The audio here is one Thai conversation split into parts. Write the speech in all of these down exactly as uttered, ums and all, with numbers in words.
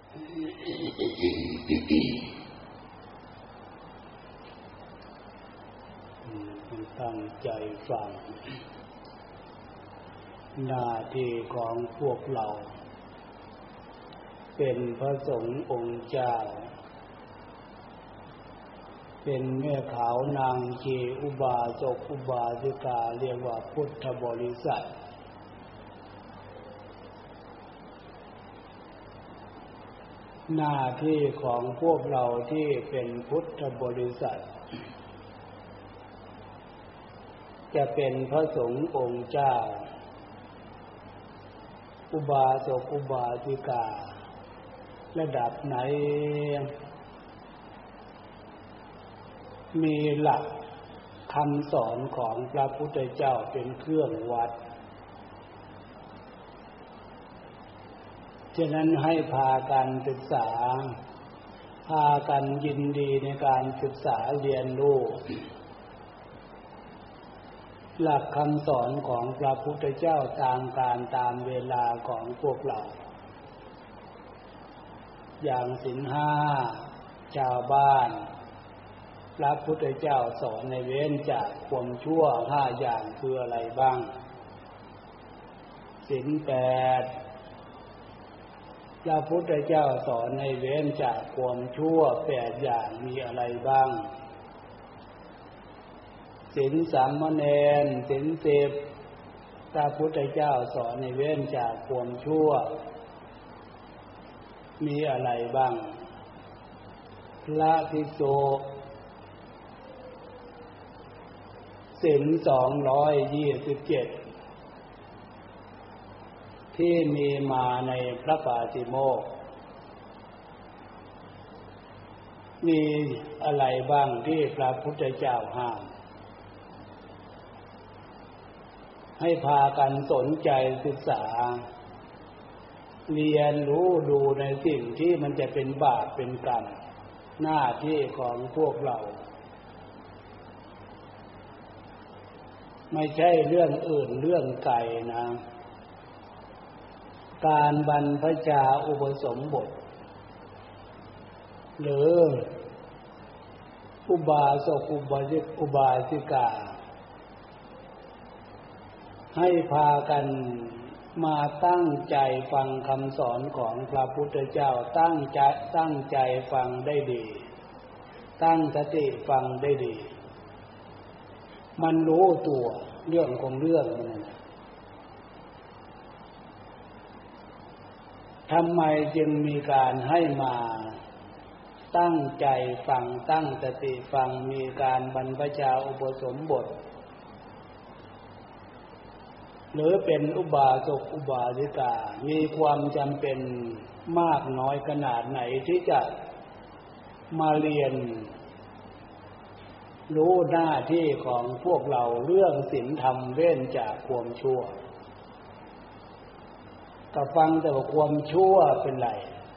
ตั้งใจฟังหน้าที่ของพวกเราเป็นพระสงฆ์องค์เจ้าเป็นแม่ขาวนางชีอุบาสกอุบาสิกาเรียกว่าพุทธบริษัทหน้าที่ของพวกเราที่เป็นพุทธบริษัทจะเป็นพระสงฆ์องค์เจ้าอุบาสกอุบาสิการะดับไหนมีหลักคำสอนของพระพุทธเจ้าเป็นเครื่องวัดฉะนั้นให้พากันศึกษาพากันยินดีในการศึกษาเรียนรู้หลักคำสอนของพระพุทธเจ้าตามกาลตามเวลาของพวกเราอย่างศีลห้าชาวบ้านพระพุทธเจ้าสอนในเว้นจากความชั่วห้าอย่างคืออะไรบ้างศีลแปดพระพุทธเจ้าสอนในเว้นจากความชั่วแปดอย่างมีอะไรบ้างศีลสามเณรศีลสิบพระพุทธเจ้าสอนในเว้นจากความชั่วมีอะไรบ้างพระภิกษุศีลสองร้อยยี่สิบเจ็ดที่มีมาในพระปาติโมกข์มีอะไรบ้างที่พระพุทธเจ้าห้ามให้พากันสนใจศึกษาเรียนรู้ดูในสิ่งที่มันจะเป็นบาปเป็นกรรมหน้าที่ของพวกเราไม่ใช่เรื่องอื่นเรื่องไกลนะการบรรพชาอุปสมบทหรืออุบาสกอุบาสิกอุบาสิกาให้พากันมาตั้งใจฟังคำสอนของพระพุทธเจ้าตั้งใจตั้งใจฟังได้ดีตั้งสติฟังได้ดีมันรู้ตัวเรื่องของเรื่องมันทำไมจึงมีการให้มาตั้งใจฟังตั้งสติฟังมีการบรรพชาอุปสมบทหรือเป็นอุบาสกอุบาสิกามีความจำเป็นมากน้อยขนาดไหนที่จะมาเรียนรู้หน้าที่ของพวกเราเรื่องศีลธรรมเว้นจากความชั่วก็ฟังแต่ว่าความชั่วเป็นไร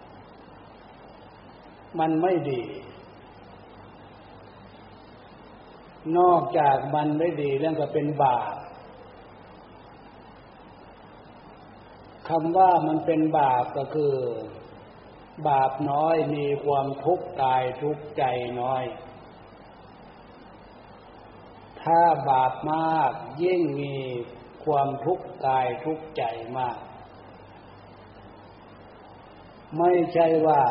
มันไม่ดีนอกจากมันไม่ดีแล้วก็เป็นบาปคำว่ามันเป็นบาปก็คือบาปน้อยมีความทุกข์กายทุกข์ใจน้อยถ้าบาปมากยิ่งมีความทุกข์กายทุกข์ใจมากไม่ใช่ว่า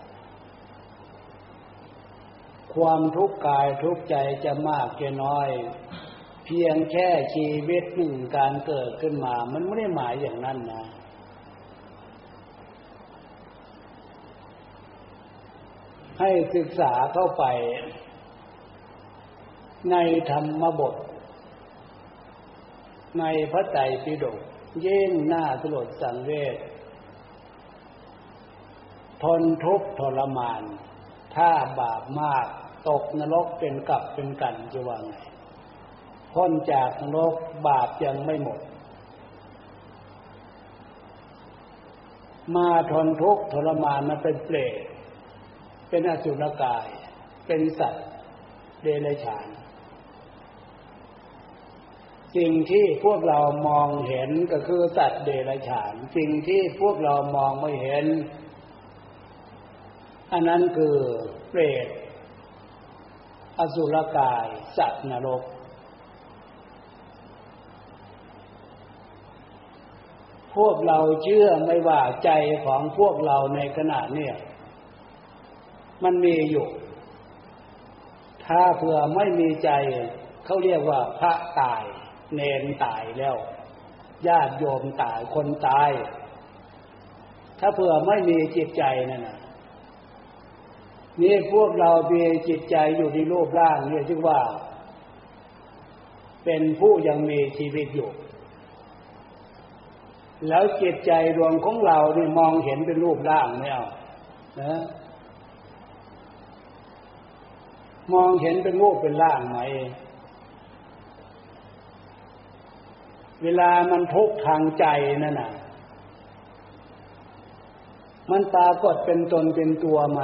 ความทุกข์กายทุกข์ใจจะมากจะน้อยเพียงแค่ชีวิตหนึ่งการเกิดขึ้นมามันไม่ได้หมายอย่างนั้นนะให้ศึกษาเข้าไปในธรรมบทในพระไตรปิฎกยิ่งน่าสลดสังเวชทนทุกข์ทรมานถ้าบาปมากตกนรกเป็นกับเป็นกันจะว่าไงพ้นจากนรกบาปยังไม่หมดมาทนทุกข์ทรมานมาเป็นเปรตเป็นอสุรกายเป็นสัตว์เดรัจฉานสิ่งที่พวกเรามองเห็นก็คือสัตว์เดรัจฉานสิ่งที่พวกเรามองไม่เห็นอันนั้นคือเปรตอสุรกายสัตว์นรกพวกเราเชื่อไม่ว่าใจของพวกเราในขณะนี้มันมีอยู่ถ้าเผื่อไม่มีใจเขาเรียกว่าพระตายเนรตายแล้วญาติโยมตายคนตายถ้าเผื่อไม่มีจิตใจนั่นน่ะนี่พวกเรามีจิตใจอยู่ในรูปร่างนี่ชื่อว่าเป็นผู้ยังมีชีวิตอยู่แล้วจิตใจดวงของเรานี่มองเห็นเป็นรูปร่างไม่เอานะมองเห็นเป็นรูปเป็นร่างไหมเวลามันทุกข์ทางใจนั่นน่ะมันปรากฏเป็นตนเป็นตัวไหม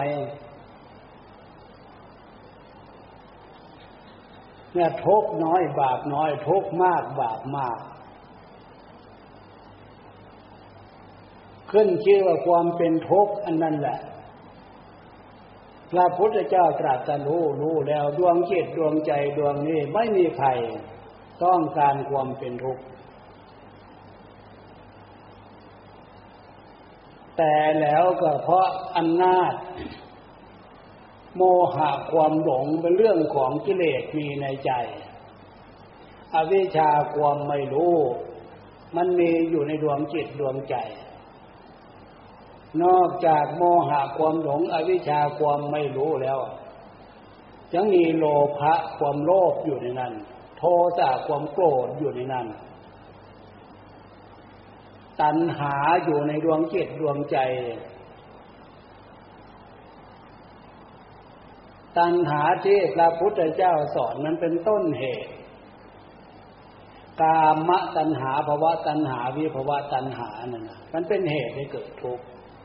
เนี่ยทุกข์น้อยบาปน้อยทุกข์มากบาปมากขึ้นชื่อว่าความเป็นทุกข์อันนั้นแหละพระพุทธเจ้าตรัสรู้รู้แล้วดวงจิตดวงใจดวงนี้ไม่มีใครต้องการความเป็นทุกข์แต่แล้วก็เพราะอำนาจโมหะความหลงเป็นเรื่องของกิเลสมีในใจอวิชชาความไม่รู้มันมีอยู่ในดวงจิตดวงใจนอกจากโมหะความหลงอวิชชาความไม่รู้แล้วยังมีโลภะความโลภอยู่ในนั้นโทสะความโกรธอยู่ในนั้นตัณหาอยู่ในดวงจิตดวงใจตัณหาที่พระพุทธเจ้าสอนนั้นเป็นต้นเหตุกามตัณหาภวตัณหาวิภวตัณหานั่นน่ะมันเป็นเหตุให้เกิดทุกข์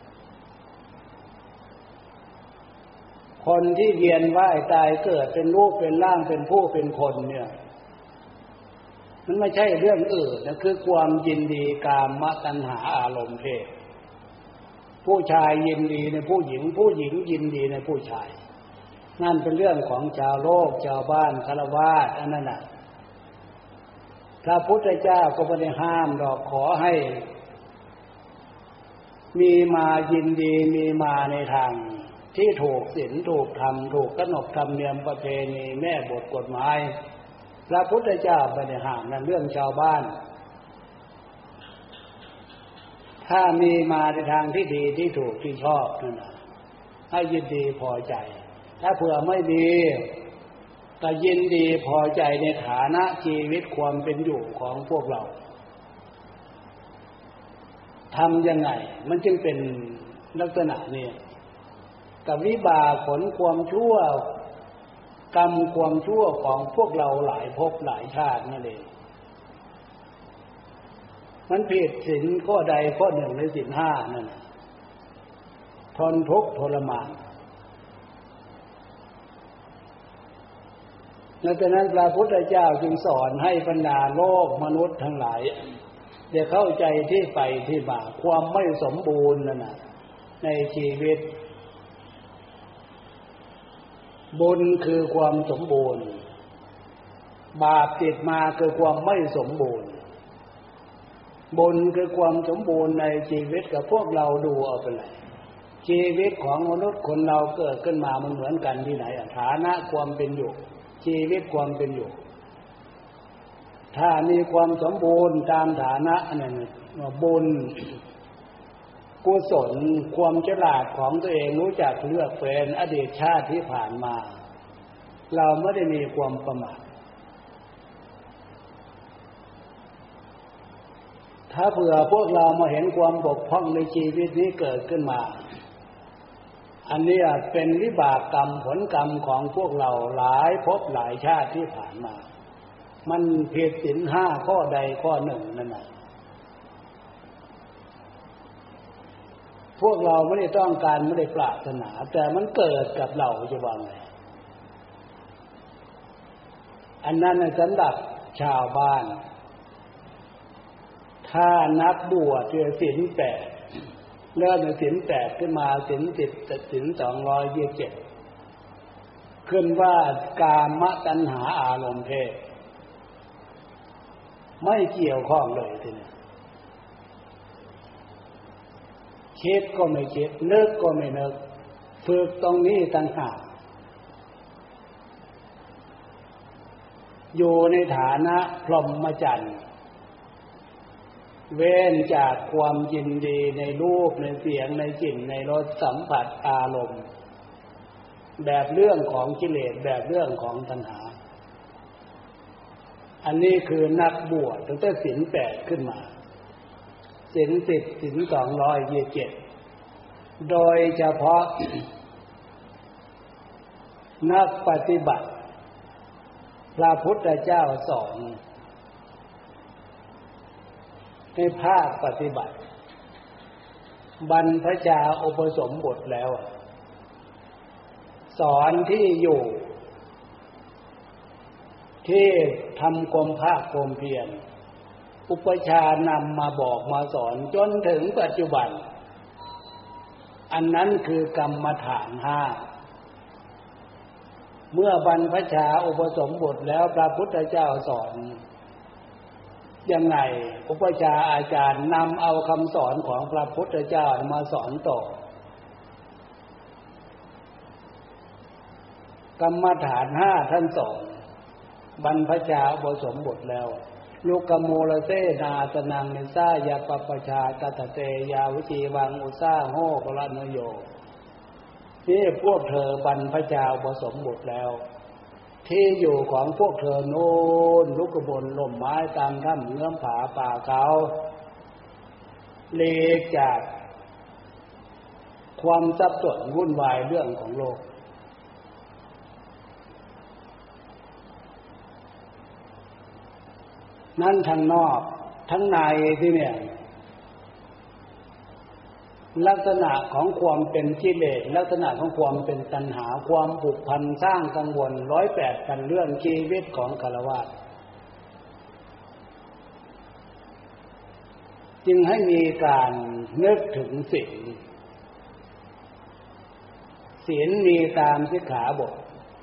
คนที่เวียนว่ายตายเกิดเป็นรูปเป็นร่างเป็นผู้เป็นคนเนี่ยมันไม่ใช่เรื่องอื่นนะคือความยินดีกามตัณหาอารมณ์เพศผู้ชายยินดีในผู้หญิงผู้หญิงยินดีในผู้ชายนั่นเป็นเรื่องของชาวโลกชาวบ้านฆราวาสอันนั้นน่ะพระพุทธเจ้าก็ไม่ได้ห้ามดอกขอให้มีมายินดีมีมาในทางที่ถูกศีลถูกธรรมถูกขนบธรรมเนียมประเพณีแม่บทกฎหมายพระพุทธเจ้าไม่ได้ห้ามนั่นเรื่องชาวบ้านถ้ามีมาในทางที่ดีที่ถูกที่ชอบนั่นน่ะให้ยินดีพอใจถ้าเผื่อไม่มีก็ยินดีพอใจในฐานะชีวิตความเป็นอยู่ของพวกเราทำยังไงมันจึงเป็นลักษณะนี้กับวิบากผลความชั่วกรรมความชั่วของพวกเราหลายภพหลายชาตินั่นเองมันผิดศีลข้อใดข้อหนึ่งในศีลห้านั่นทนทุกข์ทรมานดังนั้นพระพุทธเจ้าจึงสอนให้บรรดาโลกมนุษย์ทั้งหลายได้เข้าใจที่ไปที่มาความไม่สมบูรณ์นั่นน่ะในชีวิตบุญคือความสมบูรณ์บาปติดมาคือความไม่สมบูรณ์บุญคือความสมบูรณ์ในชีวิตกับพวกเราดูเอาไปเลยชีวิตของมนุษย์คนเราเกิดขึ้นมามันเหมือนกันที่ไหนฐานะความเป็นอยู่ชีวิตความเป็นอยู่ถ้ามีความสมบูรณ์ตามฐานะนั่นบุญกุศลความฉลาดของตัวเองรู้จักเลือกเป็นอดีตชาติที่ผ่านมาเราไม่ได้มีความประมาทถ้าเผื่อพวกเรามาเห็นความบกพร่องในชีวิตนี้เกิดขึ้นมาอันนี้เป็นวิบากกรรมผลกรรมของพวกเราหลายภพหลายชาติที่ผ่านมามันผิดศีลห้าข้อใดข้อหนึ่งนั่นน่ะพวกเราไม่ได้ต้องการไม่ได้ปรารถนาแต่มันเกิดกับเราจะว่าไงอันนั้นสำหรับชาวบ้านถ้านักบวชเถือศีลแปดเริ่มในศีลแปดขึ้นมาศีลสิบศีลสองร้อยยี่สิบเจ็ดขึ้นว่ากามตัณหาอารมณ์เพศไม่เกี่ยวข้องเลยทีนี้คิดก็ไม่คิดนึกก็ไม่นึกฝึกตรงนี้ต่างหากอยู่ในฐานะพรหมจรรย์เว้นจากความยินดีในรูปในเสียงในกลิ่นในรสสัมผัสอารมณ์แบบเรื่องของกิเลสแบบเรื่องของตัณหาอันนี้คือนักบวชตั้งแต่ศีลแปดขึ้นมาศีลสิบศีลสองร้อยยี่สิบเจ็ดโดยเฉพาะ นักปฏิบัติพระพุทธเจ้าสอนในภาคปฏิบัติบรรพชาอุปสมบทแล้วสอนที่อยู่ที่ทำความภาคความเพียรอุปชานำมาบอกมาสอนจนถึงปัจจุบันอันนั้นคือกรรมฐานห้าเมื่อบรรพชาอุปสมบทแล้วพระพุทธเจ้าสอนยังไงอุปชาอาจารย์นำเอาคำสอนของพระพุทธเจ้ามาสอนต่อกรรมฐานห้าท่านสอนบรรพชาอุปสมบทแล้วลูกโมลเสนาสนังนิสายาปปชาตตเตยาวิจีวังอุสาโหกรณโยนี่พวกเธอบรรพชาอุปสมบทแล้วที่อยู่ของพวกเธอโน่นลุกบนล่มไม้ตามถ้ำเงื้อมผาป่าเขาเลีกจากความสับสนวุ่นวายเรื่องของโลกนั่นทางนอกทั้งในที่เนี่ยลักษณะของความเป็นกิเลสลักษณะของความเป็นตัณหาความผูกพันสร้างกังวลร้อยแปดพันเรื่องชีวิตของฆราวาสจึงให้มีการนึกถึงศีลศีลมีตามสิกขาบท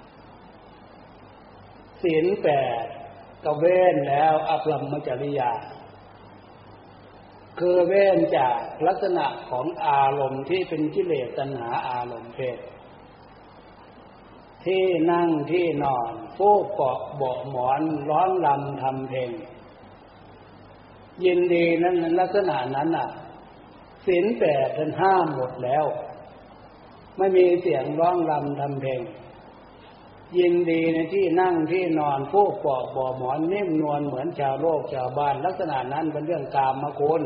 ศีลแปดก็เว้นแล้วอภรรมจริยาคือเว้นจากลักษณะของอารมณ์ที่เป็นกิเลสตัณหาอารมณ์เพศที่นั่งที่นอนฟูกเกาะเบาะหมอนร้องรำทำเพลงยินดีนั้นลักษณะนั้นน่ะศีลแปดท่านห้ามหมดแล้วไม่มีเสียงร้องรำทำเพลงยินดีในที่นั่งที่นอนฟูกเกาะเบาะหมอนนิ่มนวลเหมือนชาวโลกชาวบ้านลักษณะนั้นเป็นเรื่องกามคุณ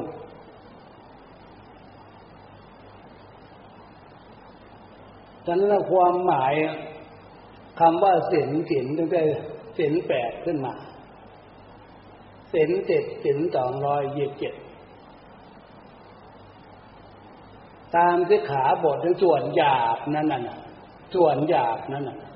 ฉะนั้นความหมายคำว่าศีลศีลตั้งแต่ศีลแปดขึ้นมาศีลเจ็ดศีลสองร้อยยี่สิบเจ็ดตามสิกขาบทในส่วนหยาบนั่นน่ะส่วนหยาบนั่นน่ะ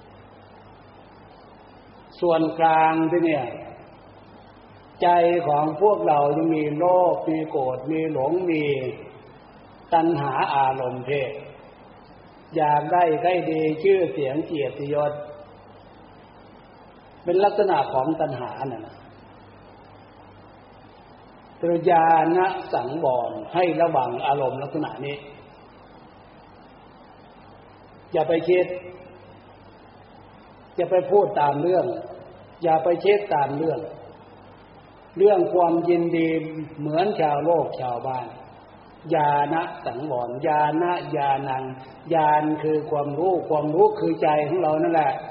ส่วนกลางที่เนี่ยใจของพวกเรายังมีโลภมีโกรธมีหลงมีตัณหาอารมณ์เพศอยากได้ได้ดีชื่อเสียงเกียรติยศเป็นลักษณะของตัณหาน่ะนะตรญาณสังวรให้ระวังอารมณ์ลักษณะนี้อย่าไปคิดอย่าไปพูดตามเรื่องอย่าไปเช็คตามเรื่องเรื่องความยินดีเหมือนชาวโลกชาวบ้านญาณสังวรญาณญาณังญาณคือความรู้ความรู้คือใจของเรานั่นแหละ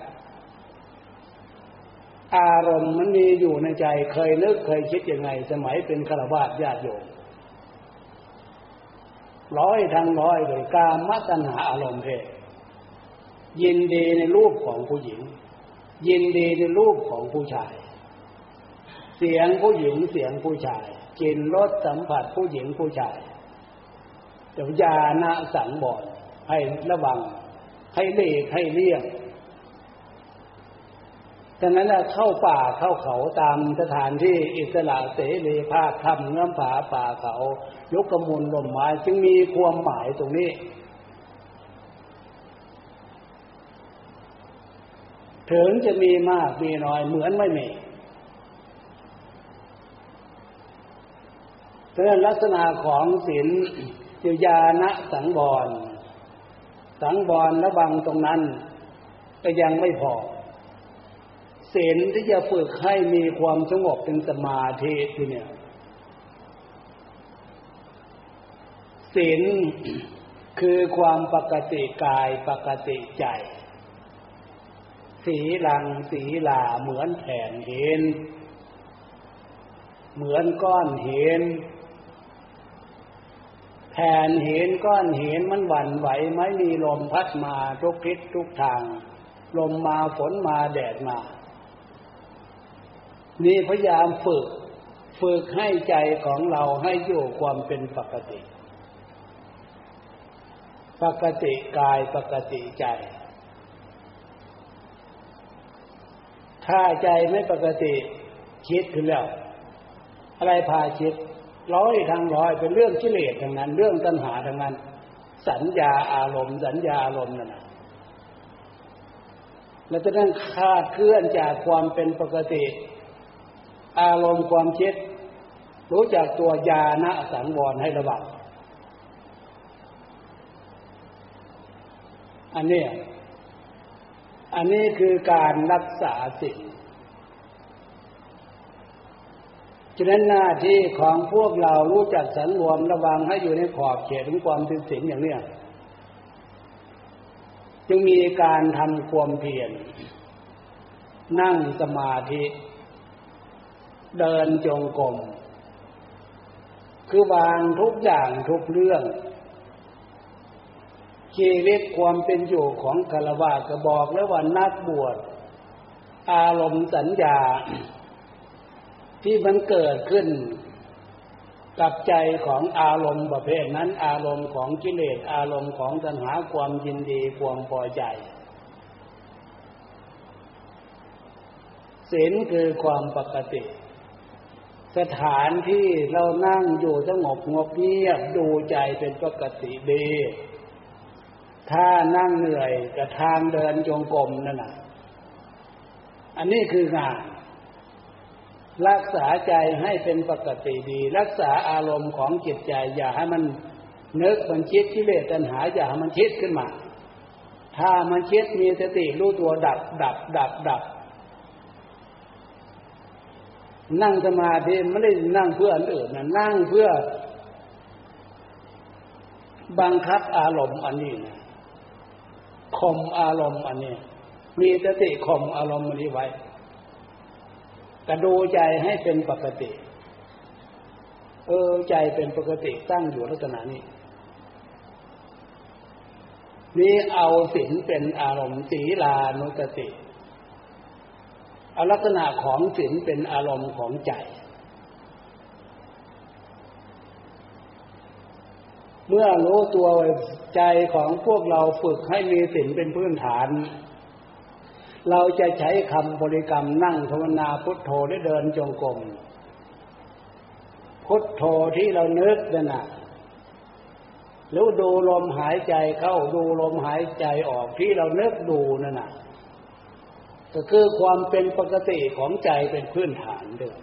อารมณ์มันมีอยู่ในใจเคยนึกเคยคิดยังไงสมัยเป็นฆราวาสญาติโยมร้อยทั้งร้อยเลยกามตัณหาอารมณ์เพศยินดีในรูปของผู้หญิงยินดีในรูปของผู้ชายเสียงผู้หญิงเสียงผู้ชายกลิ่นรสสัมผัสผู้หญิงผู้ชายแต่ญาณสังวรให้ระวังให้หลีกให้เลี่ยงดังนั้นเข้าป่าเข้าเขาตามสถานที่อิสระเสรีภาพทำเงื่อมผาป่าเขายกกระมูลลมไม้จึงมีความหมายตรงนี้ถึงจะมีมากมีน้อยเหมือนไม่มีเพราะฉะนั้นลักษณะของศีลจิยานะสังวรสังวรระวังตรงนั้นก็ยังไม่พอศีลที่จะฝึกให้มีความสงบเป็นสมาธิที่เนี่ยศีลคือความปกติกายปกติใจสีลังสีลาเหมือนแผ่นหินเหมือนก้อนหินแผ่นหินก้อนหินมันหวั่นไหวไหมมีลมพัดมาทุกทิศทุกทางลมมาฝนมาแดดมานี่พยายามฝึกฝึกให้ใจของเราให้อยู่ความเป็นปกติปกติกายปกติใจถ้าใจไม่ปกติคิดขึ้นแล้วอะไรพาคิดร้อยทางร้อยเป็นเรื่องกิเลสทั้งนั้นเรื่องตัณหาทั้งนั้นสัญญาอารมณ์สัญญาอารมณ์นั่นน่ะแล้วจะต้องคาดเคลื่อนจากความเป็นปกติอารมณ์ความคิดรู้จักตัวญาณสังวรให้ระวังอันนี้อันนี้คือการรักษาศีลฉะนั้นหน้าที่ของพวกเรารู้จักสังวรระวังให้อยู่ในขอบเขตของความเป็นศีลอย่างนี้จึงมีการทำความเพียรนั่งสมาธิเดินจงกรมคือวางทุกอย่างทุกเรื่องชีวิตความเป็นอยู่ของฆราวาสก็บอกแล้วว่านักบวชอารมณ์สัญญาที่มันเกิดขึ้นกับใจของอารมณ์ประเภทนั้นอารมณ์ของกิเลสอารมณ์ของตัณหาความยินดีความพอใจศีลคือความปกติสถานที่เรานั่งอยู่สงบงบเงียบดูใจเป็นปกติดีถ้านั่งเหนื่อยกับทางเดินจงกรมนั่นน่ะอันนี้คืองานรักษาใจให้เป็นปกติดีรักษาอารมณ์ของจิตใจอย่าให้มันนึกมันคิดกิเลสตัณหาอย่าให้มันคิดขึ้นมาถ้ามันคิดมีสติรู้ตัวดับดับดับดับนั่งสมาธิไม่ได้นั่งเพื่ออันอื่นนะนั่งเพื่อบังคับอารมณ์อันนี้นะข่มอารมณ์อันนี้มีสติข่มอารมณ์อันนี้ไว้กระดูใจให้เป็นปกติเออใจเป็นปกติตั้งอยู่ลักษณะนี้นี่เอาศีลเป็นอารมณ์ศีลานุสติเอาลักษณะของศีลเป็นอารมณ์ของใจเมื่อรู้ตัวใจของพวกเราฝึกให้มีศีลเป็นพื้นฐานเราจะใช้คำบริกรรมนั่งภาวนาพุทโธได้เดินจงกรมพุทโธที่เรานึกนั่นน่ะแล้วดูลมหายใจเข้าดูลมหายใจออกที่เรานึกดูนั่นน่ะก็คือความเป็นปกติของใจเป็นพื้นฐานเดิม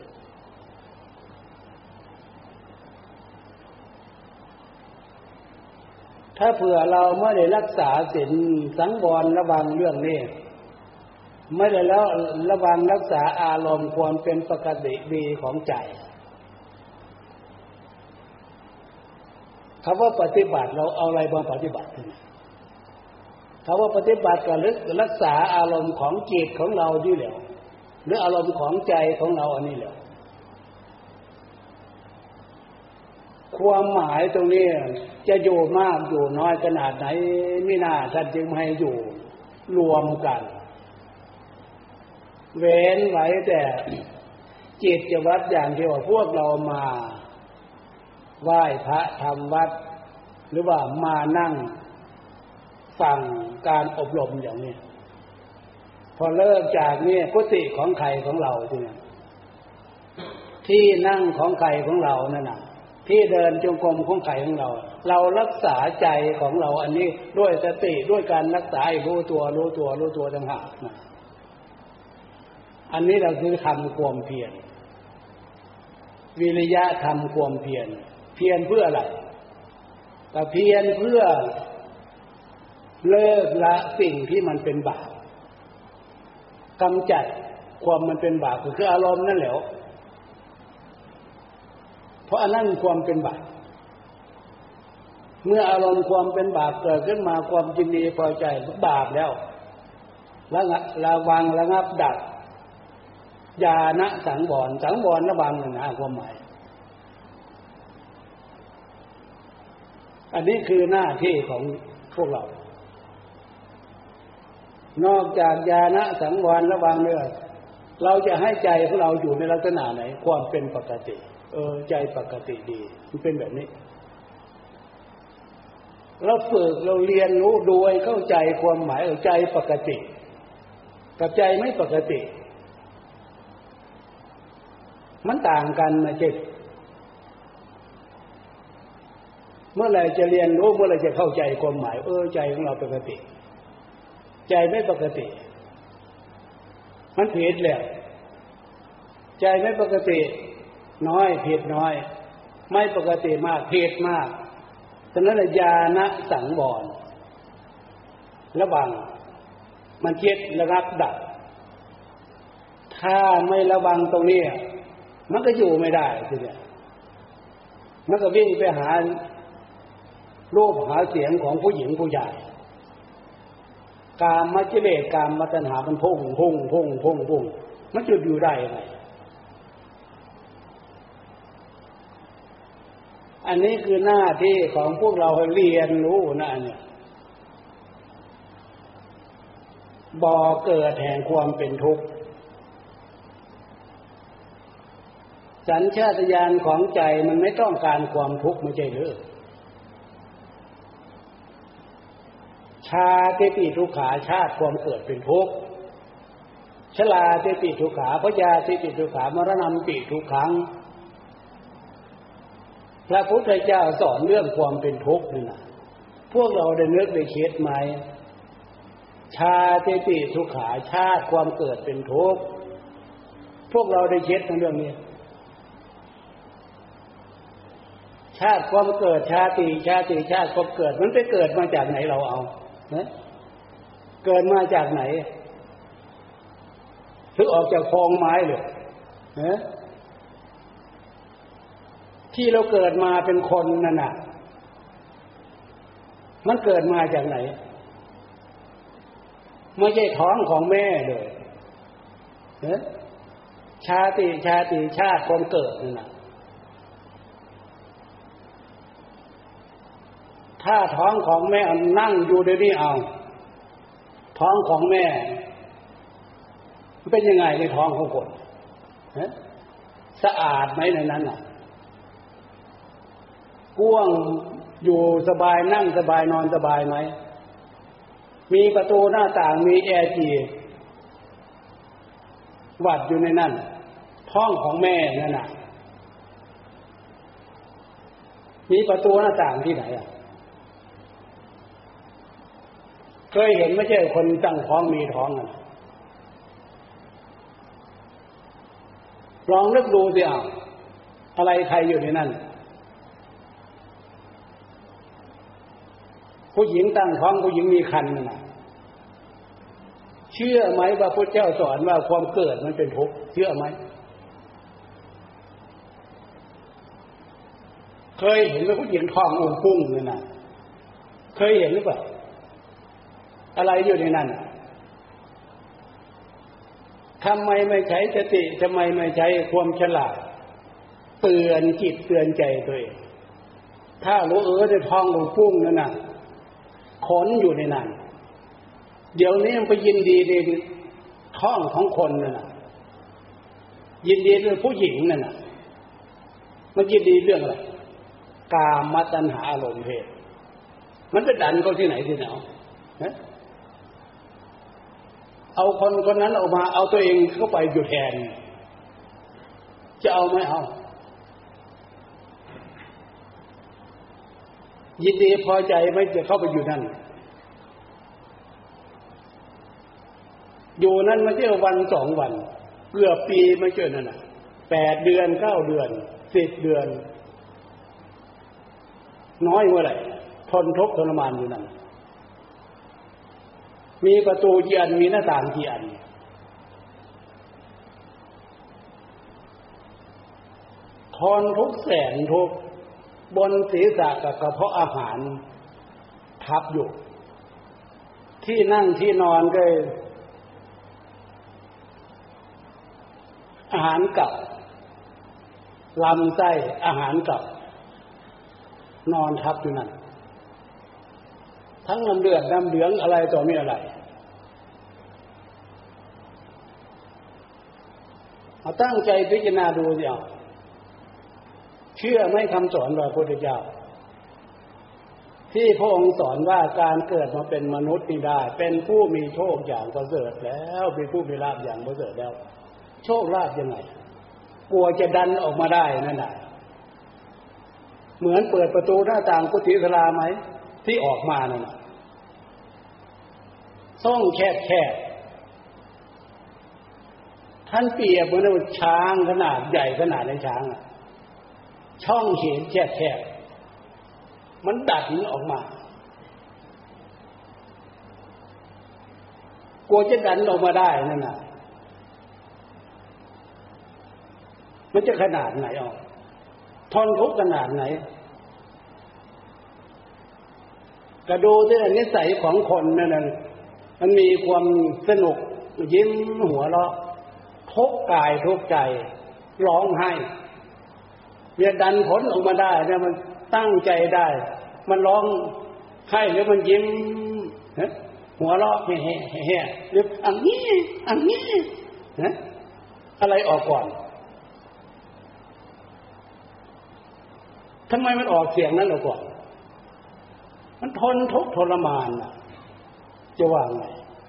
ถ้าเผื่อเราไม่ได้รักษาศีลสังวรระวังเรื่องนี้ไม่ได้แล้วระวังรักษาอารมณ์ความเป็นปกติดีของใจคำว่าปฏิบัติเราเอาอะไรมาปฏิบัติคำว่าปฏิบัติก็รักษาอารมณ์ของจิตของเรานี่แหละหรืออารมณ์ของใจของเราอันนี้แหละความหมายตรงนี้จะอยู่มากอยู่น้อยขนาดไหนไม่น่าท่านจึงให้อยู่รวมกันเว้นไว้แต่จิตจะวัดอย่างที่ว่าพวกเรามาไหว้พระทำวัดหรือว่ามานั่งฟังการอบรมอย่างนี้พอเลิกจากนี่กุฏิของใครของเราทีนี้ที่นั่งของใครของเรานั่นน่ะที่เดินจงกรมของใครของเราเรารักษาใจของเราอันนี้ด้วยสติด้วยการรักษาให้รู้ตัวรู้ตัวรู้ตัวต่างหากนะอันนี้เราคือทำความเพียรวิริยะทำความเพียรเพียรเพื่ออะไรแต่เพียรเพื่อเลิกละสิ่งที่มันเป็นบาปกำจัดความมันเป็นบาปคืออารมณ์นั่นแหละเพราะอันนั้นความเป็นบาปเมื่ออารมณ์ความเป็นบาปเกิดขึ้นมาความยินดีพอใจบาปแล้วระวังระงับดับญาณสังวรสังวรระวังนะความหมายอันนี้คือหน้าที่ของพวกเรานอกจากญาณสังวรระวังเนี่ยเราจะให้ใจของเราอยู่ในลักษณะไหนความเป็นปกติเออใจปกติดีมันเป็นแบบนี้เราฝึกเราเรียนรู้โดยเข้าใจความหมายของใจปกติกับใจไม่ปกติมันต่างกันนะจิตเมื่อไหร่จะเรียนรู้เมื่อไหร่จะเข้าใจความหมายเออใจของเราปกติใจไม่ปกติมันผิดแล้วใจไม่ปกติน้อยผิดน้อยไม่ปกติมากผิดมากฉะนั้นญาณสังวรระวังมันคิดระงับดับถ้าไม่ระวังตรงนี้มันก็อยู่ไม่ได้ทีเดียวมันก็วิ่งไปหารูปหาเสียงของผู้หญิงผู้ชายกามกิเลสกามตัณหามันพุ่งพุ่งพุ่งพุ่งพุ่งมันจะอยู่ได้ยังไงอันนี้คือหน้าที่ของพวกเราให้เรียนรู้นะเนี่ยบ่อเกิดแห่งความเป็นทุกข์สัญชาตญาณของใจมันไม่ต้องการความทุกข์ไม่ใช่หรือชาติปิทุกขาชาติความเกิดเป็นทุกข์ชราติปิทุกขาพยาติปิทุกขามรณะปิทุกขังพระพุทธเจ้าสอนเรื่องความเป็นทุกข์นี่นะพวกเราได้นึกได้คิดไหมชาติปิทุกขาชาติความเกิดเป็นทุกข์พวกเราได้คิดในเรื่องนี้ชาติความเกิดชาติชาติชาติความเกิดมันไปเกิดมาจากไหนเราเอานะเกิดมาจากไหนถึงออกจากฟองไม้เลยนะที่เราเกิดมาเป็นคนนั่นน่ะมันเกิดมาจากไหนไม่ใช่ท้องของแม่เลยนะชาติชาติชาติความเกิดนั่นน่ะถ้าท้องของแม่นั่งอยู่ในนี้เอาท้องของแม่เป็นยังไงในท้องของคนนะสะอาดไหมในนั้นน่ะกว้างอยู่สบายนั่งสบายนอนสบายไหมมีประตูหน้าต่างมีแอร์จีวัดอยู่ในนั้นท้องของแม่นั่นน่ะมีประตูหน้าต่างที่ไหนอ่ะเคยเห็นไม่ใช่คนตั้งท้องมีท้องอ่ะลองนึกดูสิอ่ะอะไรใครอยู่ในนั้นผู้หญิงตั้งท้องผู้หญิงมีครรภ์น่ะเชื่อไหมว่าพระเจ้าสอนว่าความเกิดมันเป็นทุกข์เชื่อไหมเคยเห็นไหมผู้หญิงท้องอุ้มปุ้งเนี่ยนะเคยเห็นหรือเปล่าอะไรอยู่ในนั้นทำไมไม่ใช้สติทำไมไม่ใช้ความฉลาดเตือนจิตเตือนใจตัวเองถ้ารู้เออในท้องอุ้มปุ้งนั่นน่ะขนอยู่ในนั้นเดี๋ยวนี้มันไปยินดีในท้องของคนนั่นน่ะยินดีเรื่องผู้หญิงนั่นน่ะมันยินดีเรื่องอะไรกามตัณหาอารมณ์เพศมันไปดันเขาที่ไหนที่ไหนนะเอาคนคนนั้นออกมาเอาตัวเองเข้าไปอยู่แทนจะเอาไม่เอายินดีพอใจไม่จะเข้าไปอยู่นั่นอยู่นั่นไม่ใช่วันสองวันเกือบปีไม่เจอนั่นน่ะแปดเดือนเก้าเดือนสิบเดือนน้อยเมื่อไหร่ทนทุกข์ทรมานอยู่นั่นมีประตูกี่อันมีหน้าต่างกี่อันทนทุกข์แสนทุกข์บนศีรษะกับกระเพาะอาหารทับอยู่ที่นั่งที่นอนก็อาหารกับลำไส้อาหารกับนอนทับอยู่นั่นทั้งน้ำเลือดน้ำเหลืองอะไรต่อมีอะไรเอาตั้งใจพิจารณาดูสิเอาเชื่อไหมคำสอนพระพุทธเจ้าที่พระองค์สอนว่าการเกิดมาเป็นมนุษย์นี่ได้เป็นผู้มีโชคอย่างประเสริฐแล้วเป็นผู้มีลาภอย่างประเสริฐแล้วโชคลาภยังไงกลัวจะดันออกมาได้นั่นน่ะเหมือนเปิดประตูหน้าต่างกุฏิศาลาไหมที่ออกมานั่นน่ะช่องแคบๆท่านเปรียบเหมือนช้างขนาดใหญ่ขนาดในช้างอ่ะช่องเห็นแคบๆมันดันออกมากลัวจะดันออกมาได้นั่นน่ะมันจะขนาดไหนอ่ะทนทุกข์ขนาดไหนกระดูที่นิสัยของคนนั่นน่ะมันมีความสนุกยิ้มหัวเราะทุกข์กายทุกข์ใจร้องไห้เมื่อดันผลออกมาได้เนี่ยมันตั้งใจได้มันร้องไห้หรือมันยิ้มหัวเราะแฮ่ๆๆหรืออันนี้อันนี้นะอะไรออกก่อนทำไมมันออกเสียงนั้นออกก่อนมันทนทุกข์ทรมานน่ะจะว่าไง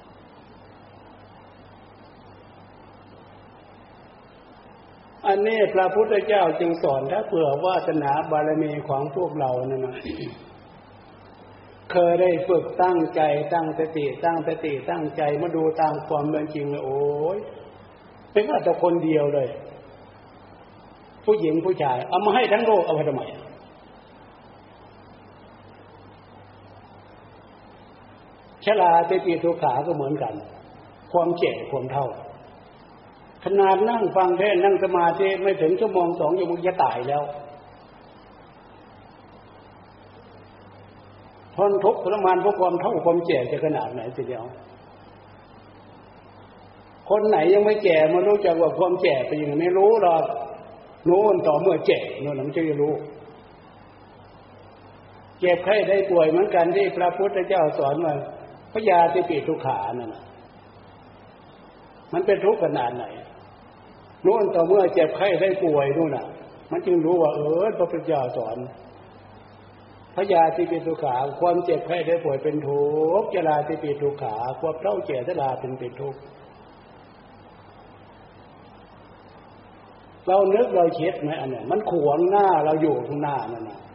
อันนี้พระพุทธเจ้าจึงสอนถ้าเผื่อวาสนาบารมีของพวกเรานั่นนะ เคยได้ฝึกตั้งใจตั้งสติตั้งสติตั้งใจมาดูตามความเป็นจริงเลยโอ้ยเป็นว่าแต่คนเดียวเลยผู้หญิงผู้ชายเอามาให้ทั้งโลกเอาไปทำไมชราติปีทุกขาก็เหมือนกันความแก่ความเฒ่าขนาดนั่งฟังเทศน์นั่งสมาธิไม่ถึงชั่วโมงสองชั่วโมงจะตายแล้วทนทุกข์ทรมานเพราะความเฒ่าความแก่จะขนาดไหนทีเดียวคนไหนยังไม่แก่มารู้จักว่าความแก่เป็นยังไงไม่รู้หรอกโน่นต่อเมื่อแก่โน่นมันจะรู้เจ็บไข้ได้ป่วยเหมือนกันที่พระพุทธเจ้าสอนว่าพยาธิปิทุกขานั่นน่ะมันเป็นทุกข์ขนาดไหนโน่นต่อเมื่อเจ็บไข้ได้ป่วยนู่นน่ะมันจึงรู้ว่าเออพระพุทธเจ้าสอนพยาธิปิทุกขาความเจ็บไข้ได้ป่วยเป็นทุกข์ชราติปิทุกขาความเฒ่าแก่ชราเป็นเป็นทุกข์เรานึกเราคิดไหมอันเนี้ยมันขวางหน้าเราอยู่ข้างหน้านั่นน่ะ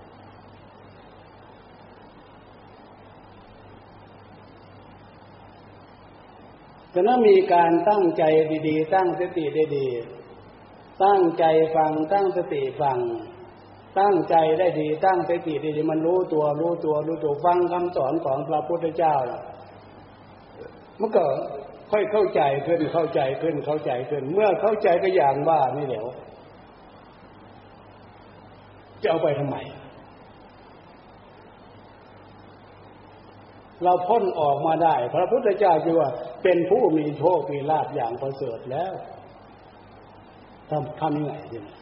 ฉะนั้นมีการตั้งใจดีๆตั้งสติดีๆตั้งใจฟังตั้งสติฟังตั้งใจได้ดีตั้งสติดีๆมันรู้ตัวรู้ตัวรู้ตัวฟังคำสอนของพระพุทธเจ้าล่ะมันก็ค่อยเข้าใจขึ้นเข้าใจขึ้นเข้าใจขึ้นเมื่อเข้าใจก็อย่างว่านี่เดี๋ยวจะเอาไปทำไมเราพ้นออกมาได้พระพุทธเจ้าจึงว่าเป็นผู้มีโชคมีลาภอย่างประเสริฐแล้วทำทำยังไงทีนี้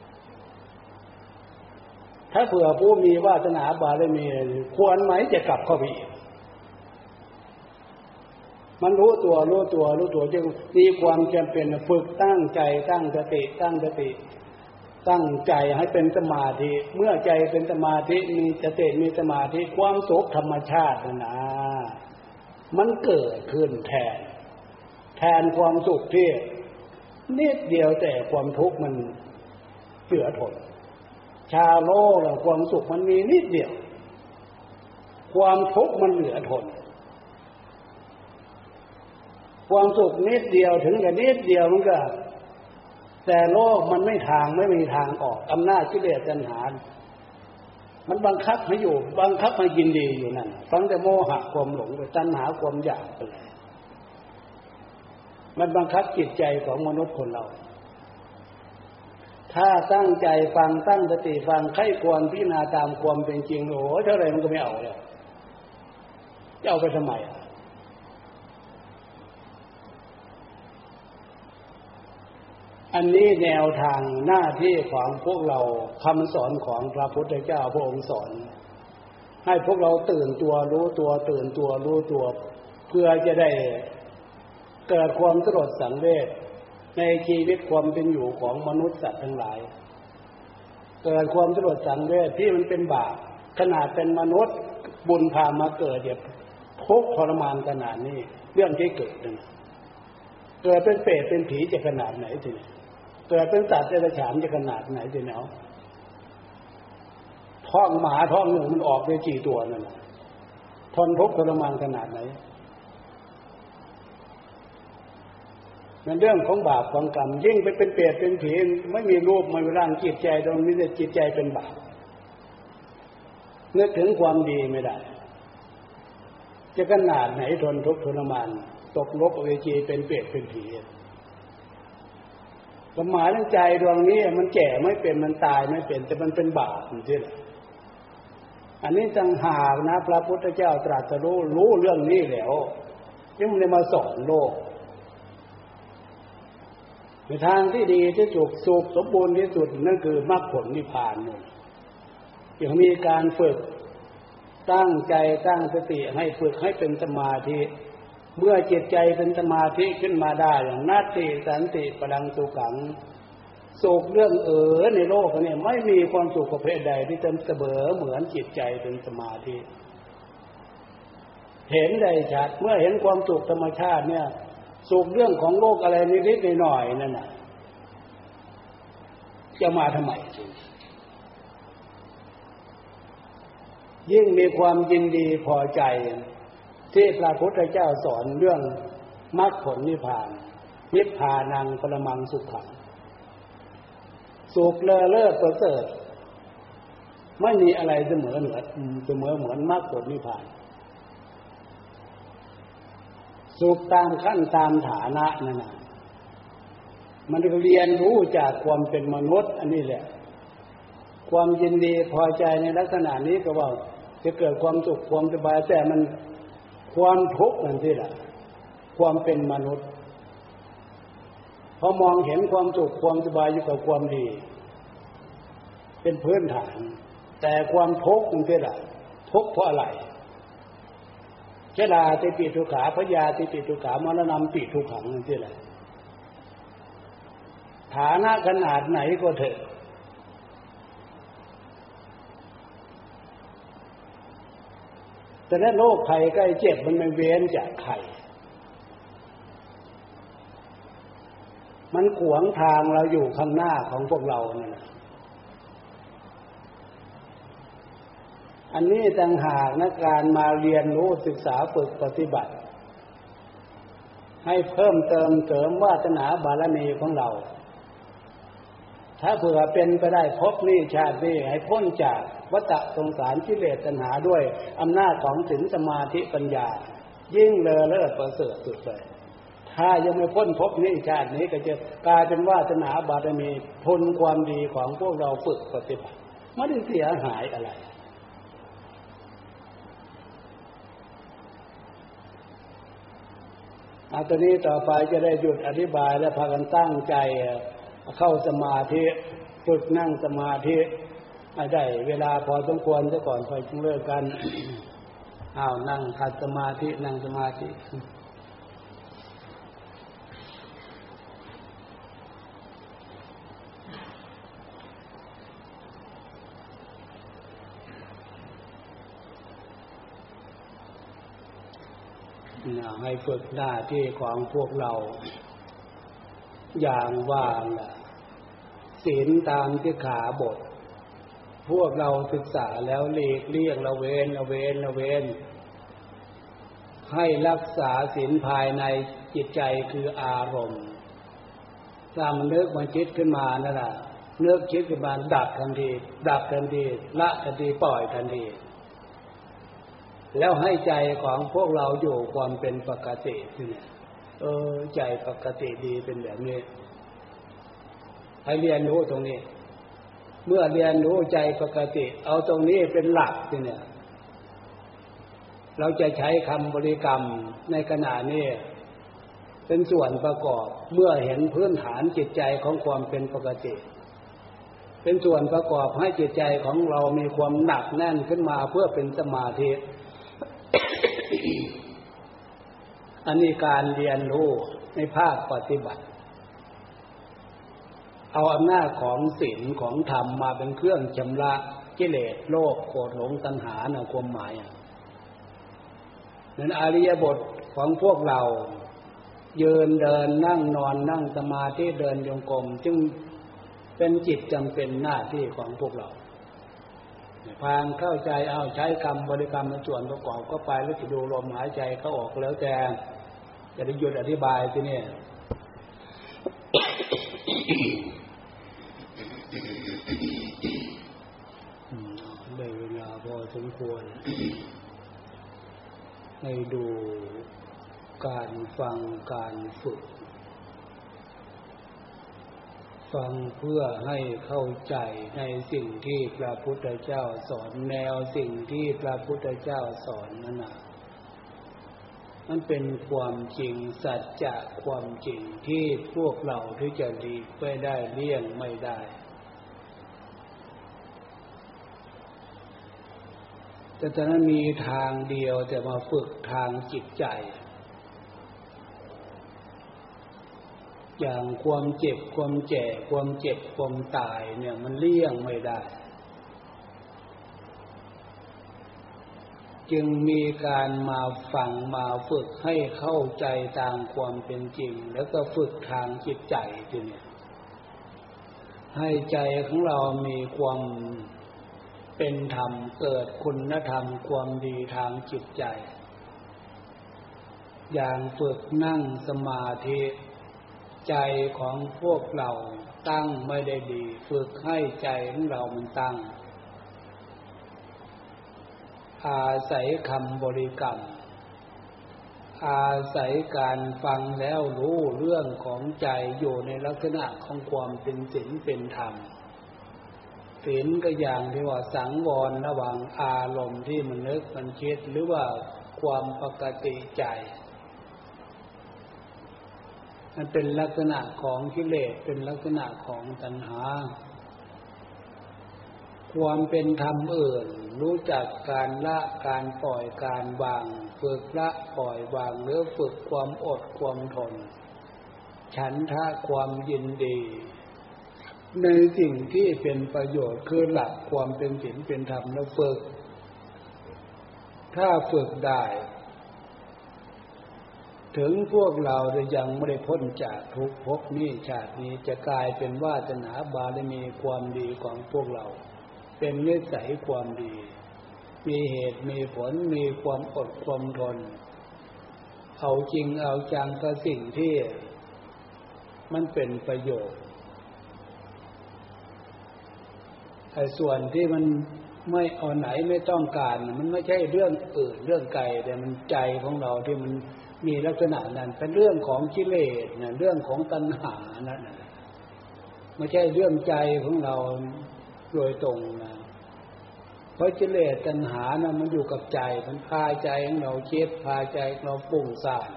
ถ้าเผื่อผู้มีวาสนาบารมีควรไหมจะกลับเข้าไปอีกมันรู้ตัวรู้ตัวรู้ตัวจึงมีความจำเป็นฝึกตั้งใจตั้งสติตั้งสติตั้งใจให้เป็นสมาธิเมื่อใจเป็นสมาธิมีสติมีสมาธิความสุขธรรมชาตินะนะมันเกิดขึ้นแทนทนความสุขที่นิดเดียวแต่ความทุกข์มันเหลือทนชาโลกแล้วความสุขมันมีนิดเดียวความทุกข์มันเหลือทนความสุขนิดเดียวถึงกับนิดเดียวมันก็แต่โลกมันไม่ทางไม่มีทางออกอำนาจกิเลสตัณหามันบังคับให้อยู่บังคับให้ยินดีอยู่นั่นฟังแต่โมหะความหลงไปตัณหาความอยากไปเลยมันบังคับจิตใจของมนุษย์คนเราถ้าตั้งใจฟังตั้งสติฟังใคร่ควรพิจารณาตามความเป็นจริงโอ้เท่าไรมันก็ไม่เอาแล้วจะเอาไปทำไมอ่ะอันนี้แนวทางหน้าที่ของพวกเราคำสอนของพระพุทธเจ้าพระองค์สอนให้พวกเราตื่นตัวรู้ตัวตื่นตัวรู้ตัวเพื่อจะได้เกิดความสลดสังเวชในชีวิตความเป็นอยู่ของมนุษย์สัตว์ทั้งหลายเกิดความสลดสังเวชที่มันเป็นบาปขนาดเป็นมนุษย์บุญพามาเกิดเดี๋ยวทุกข์ทรมานขนาดนี้เรื่องที่เกิดนั่นเกิดเป็นเปรตเป็นผีจะขนาดไหนทีนี้เกิดเป็นสัตว์เดรัจฉานจะขนาดไหนทีนี้เอาท้องหมาท้องหนึ่งมันออกไปกี่ตัวนั่นทนทุกข์ทรมานขนาดไหนมันเรื่องของบาปของกรรมยิ่งไปเป็นเปรตเป็นผีไม่มีรูปไม่มีร่างจิตใจตรงนี้จิตใจเป็นบาปนึกถึงความดีไม่ได้จะขนาดไหนทนทุกข์ทรมานตกนรกอเวจีเป็นเปรตเป็นผีสมายทั้งใจดวงนี้มันแก่ไม่เป็นมันตายไม่เป็นแต่มันเป็นบาปนี่สิอันนี้ต่างหากนะพระพุทธเจ้าตรัสรู้รู้เรื่องนี้แล้วจึงได้มาสอนโลกในทางที่ดีที่สุดสุขสมบูรณ์ที่สุดนั่นคือมรรคผลนิพพานนี่ยังมีการฝึกตั้งใจตั้งสติให้ฝึกให้เป็นสมาธิเมื่อจิตใจเป็นสมาธิขึ้นมาได้อย่างนัตติสันติปรังสุขังสุขเรื่องเอ๋อในโลกนี้ไม่มีความสุขประเภทใดที่จะเสมอเหมือนจิตใจเป็นสมาธิเห็นได้ชัดเมื่อเห็นความสุขธรรมชาติเนี่ยสุขเรื่องของโลกอะไรนิดๆหน่อยๆนั่นน่ะจะมาทำไมยิ่งมีความยินดีพอใจที่พระพุทธเจ้าสอนเรื่องมรรคผลนิพพานนิพพานังปรมังสุขขังสุขเลอเลิศประเสริฐไม่มีอะไรเสมอเหมือนเสมอเหมือนมรรคผลนิพพานสุขตามขั้นตามฐานะนั่นน่ะมันเรียนรู้จากความเป็นมนุษย์อันนี้แหละความยินดีพอใจในลักษณะนี้ก็ว่าจะเกิดความสุขความสบายแต่มันความทุกข์นั่นสิล่ะความเป็นมนุษย์พอมองเห็นความสุขความสบายอยู่กับความดีเป็นพื้นฐานแต่ความทุกข์นั่นสิล่ะทุกข์เพราะอะไรชราติปิทุกขาพยาติปิทุกขามรณะปิทุกขังนั่นสิแหละฐานะขนาดไหนก็เถอะแต่ถ้าโรคภัยใกล้เจ็บมันไม่เว้นจากไข้มันขวางทางเราอยู่ข้างหน้าของพวกเราเนี่ยอันนี้ต่างหากนะการมาเรียนรู้ศึกษาฝึกปฏิบัติให้เพิ่มเติมเสริมวาสนาบารมีของเราถ้าเผื่อเป็นไปได้พบนี้ชาตินี้ให้พ้นจากวัฏสงสารกิเลสตัณหาด้วยอำนาจของศีลสมาธิปัญญายิ่งเลอเลิศประเสริฐสุดเลยถ้ายังไม่พ้นพบนี้ชาตินี้ก็จะกลายเป็นวาสนาบารมีทนความดีของพวกเราฝึกปฏิบัติไม่ได้เสียหายอะไรอาตอนนี้ต่อไปจะได้หยุดอธิบายและพากันตั้งใจเข้าสมาธิฝึกนั่งสมาธิให้ได้เวลาพอสมควรซะก่อนค่อยเลิกกัน อ้าวนั่งขัดสมาธินั่งสมาธิให้ฝึกหน้าที่ของพวกเราอย่างว่าศีลตามสิกขาบทพวกเราศึกษาแล้วหลีกเลี่ยงละเว้นละเว้นละเว้นให้รักษาศีลภายในจิตใจคืออารมณ์ถ้ามันนึกมันคิดขึ้นมานั่นแหละนึกคิดขึ้นมาดับทันทีดับทันทีละทันทีปล่อยทันทีแล้วให้ใจของพวกเราอยู่ความเป็นปกติเนี่ยเออใจปกติดีเป็นแบบนี้ให้เรียนรู้ตรงนี้เมื่อเรียนรู้ใจปกติเอาตรงนี้เป็นหลักเนี่ยเราจะใช้คำบริกรรมในขณะนี้เป็นส่วนประกอบเมื่อเห็นพื้นฐานจิตใจของความเป็นปกติเป็นส่วนประกอบให้จิตใจของเรามีความหนักแน่นขึ้นมาเพื่อเป็นสมาธิ อันนี้การเรียนรู้ในภาคปฏิบัติเอาอำนาจของศีลของธรรมมาเป็นเครื่องชำระกิเลสโลภโกรธหลงตัณหาในความหมายนั้นอริยบทของพวกเรายืนเดินนั่งนอนนั่งสมาธิเดินจงกรมจึงเป็นจิตจำเป็นหน้าที่ของพวกเราพางเข้าใจเอาใช้คำบริกรรมเป็นส่วนประกอบก็ไปแล้วจะดูลมหายใจเข้าออกแล้วแต่จะได้หยุดอธิบายที่นี่ได้เวลาพอสมควรให้ดูการฟังการฝึกฟังเพื่อให้เข้าใจในสิ่งที่พระพุทธเจ้าสอนแนวสิ่งที่พระพุทธเจ้าสอนนั่นน่ะมันเป็นความจริงสัจจะความจริงที่พวกเราที่จะหลีกไปได้เลี่ยงไม่ได้แต่ตอนนั้นมีทางเดียวแต่มาฝึกทางจิตใจอย่างความเจ็บความแก่ความเจ็บความตายเนี่ยมันเลี่ยงไม่ได้จึงมีการมาฟังมาฝึกให้เข้าใจตามความเป็นจริงแล้วก็ฝึกทางจิตใจทีนี้ให้ใจของเรามีความเป็นธรรมเกิดคุณธรรมความดีทางจิตใจอย่างฝึกนั่งสมาธิใจของพวกเราตั้งไม่ได้ดีฝึกให้ใจของเรามันตั้งอาศัยคำบริกรรมอาศัยการฟังแล้วรู้เรื่องของใจอยู่ในลักษณะของความเป็นศีลเป็นธรรมศีลก็อย่างที่ว่าสังวรระหว่างอารมณ์ที่มันนึกมันคิดหรือว่าความปกติใจมันเป็นลักษณะของกิเลสเป็นลักษณะของตัณหาความเป็นธรรมอื่นรู้จักการละการปล่อยการวางฝึกละปล่อยวางหรือฝึกความอดความทนฉันทะความยินดีในสิ่งที่เป็นประโยชน์คือหลักความเป็นศีลเป็นธรรมแล้วฝึกถ้าฝึกได้ถึงพวกเราจะยังไม่ได้พ้นจากทุกข์ภพนี้ชาตินี้จะกลายเป็นวาสนาบารมีความดีของพวกเราเป็นนิสัยความดีมีเหตุมีผลมีความอดความทนเอาจริงเอาจังกับสิ่งที่มันเป็นประโยชน์ไอ้ส่วนที่มันไม่เอาไหนไม่ต้องการมันไม่ใช่เรื่องอื่นเรื่องไกลแต่มันใจของเราที่มันมีลักษณะนั้นเป็นเรื่องของกิเลสนะเรื่องของตัณหานั่นน่ะไม่ใช่เรื่องใจของเราโดยตรงนะเพราะกิเลสตัณหานะมันอยู่กับใจมันพาใจของเราคิดพาใจของเราฟุ้งซ่าน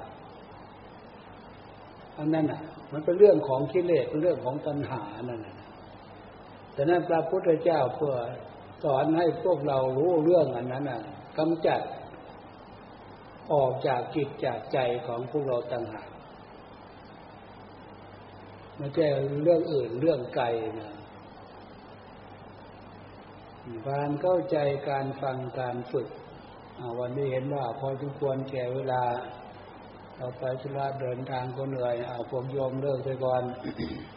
อันนั้นน่ะมันเป็นเรื่องของกิเลสเป็นเรื่องของตัณหานั่นน่ะฉะนั้นพระพุทธเจ้าเพื่อสอนให้พวกเรารู้เรื่องอันนั้นน่ะกำจัดออกจากจิตจากใจของพวกเราต่างหากไม่ใช่เรื่องอื่นเรื่องไกลนะการเข้าใจการฟังการฝึกวันนี้เห็นว่าพอสมควรแก่เวลาต่อไปธุระเดินทางก็เหนื่อยเอาพวกโยมเลิกไปก่อน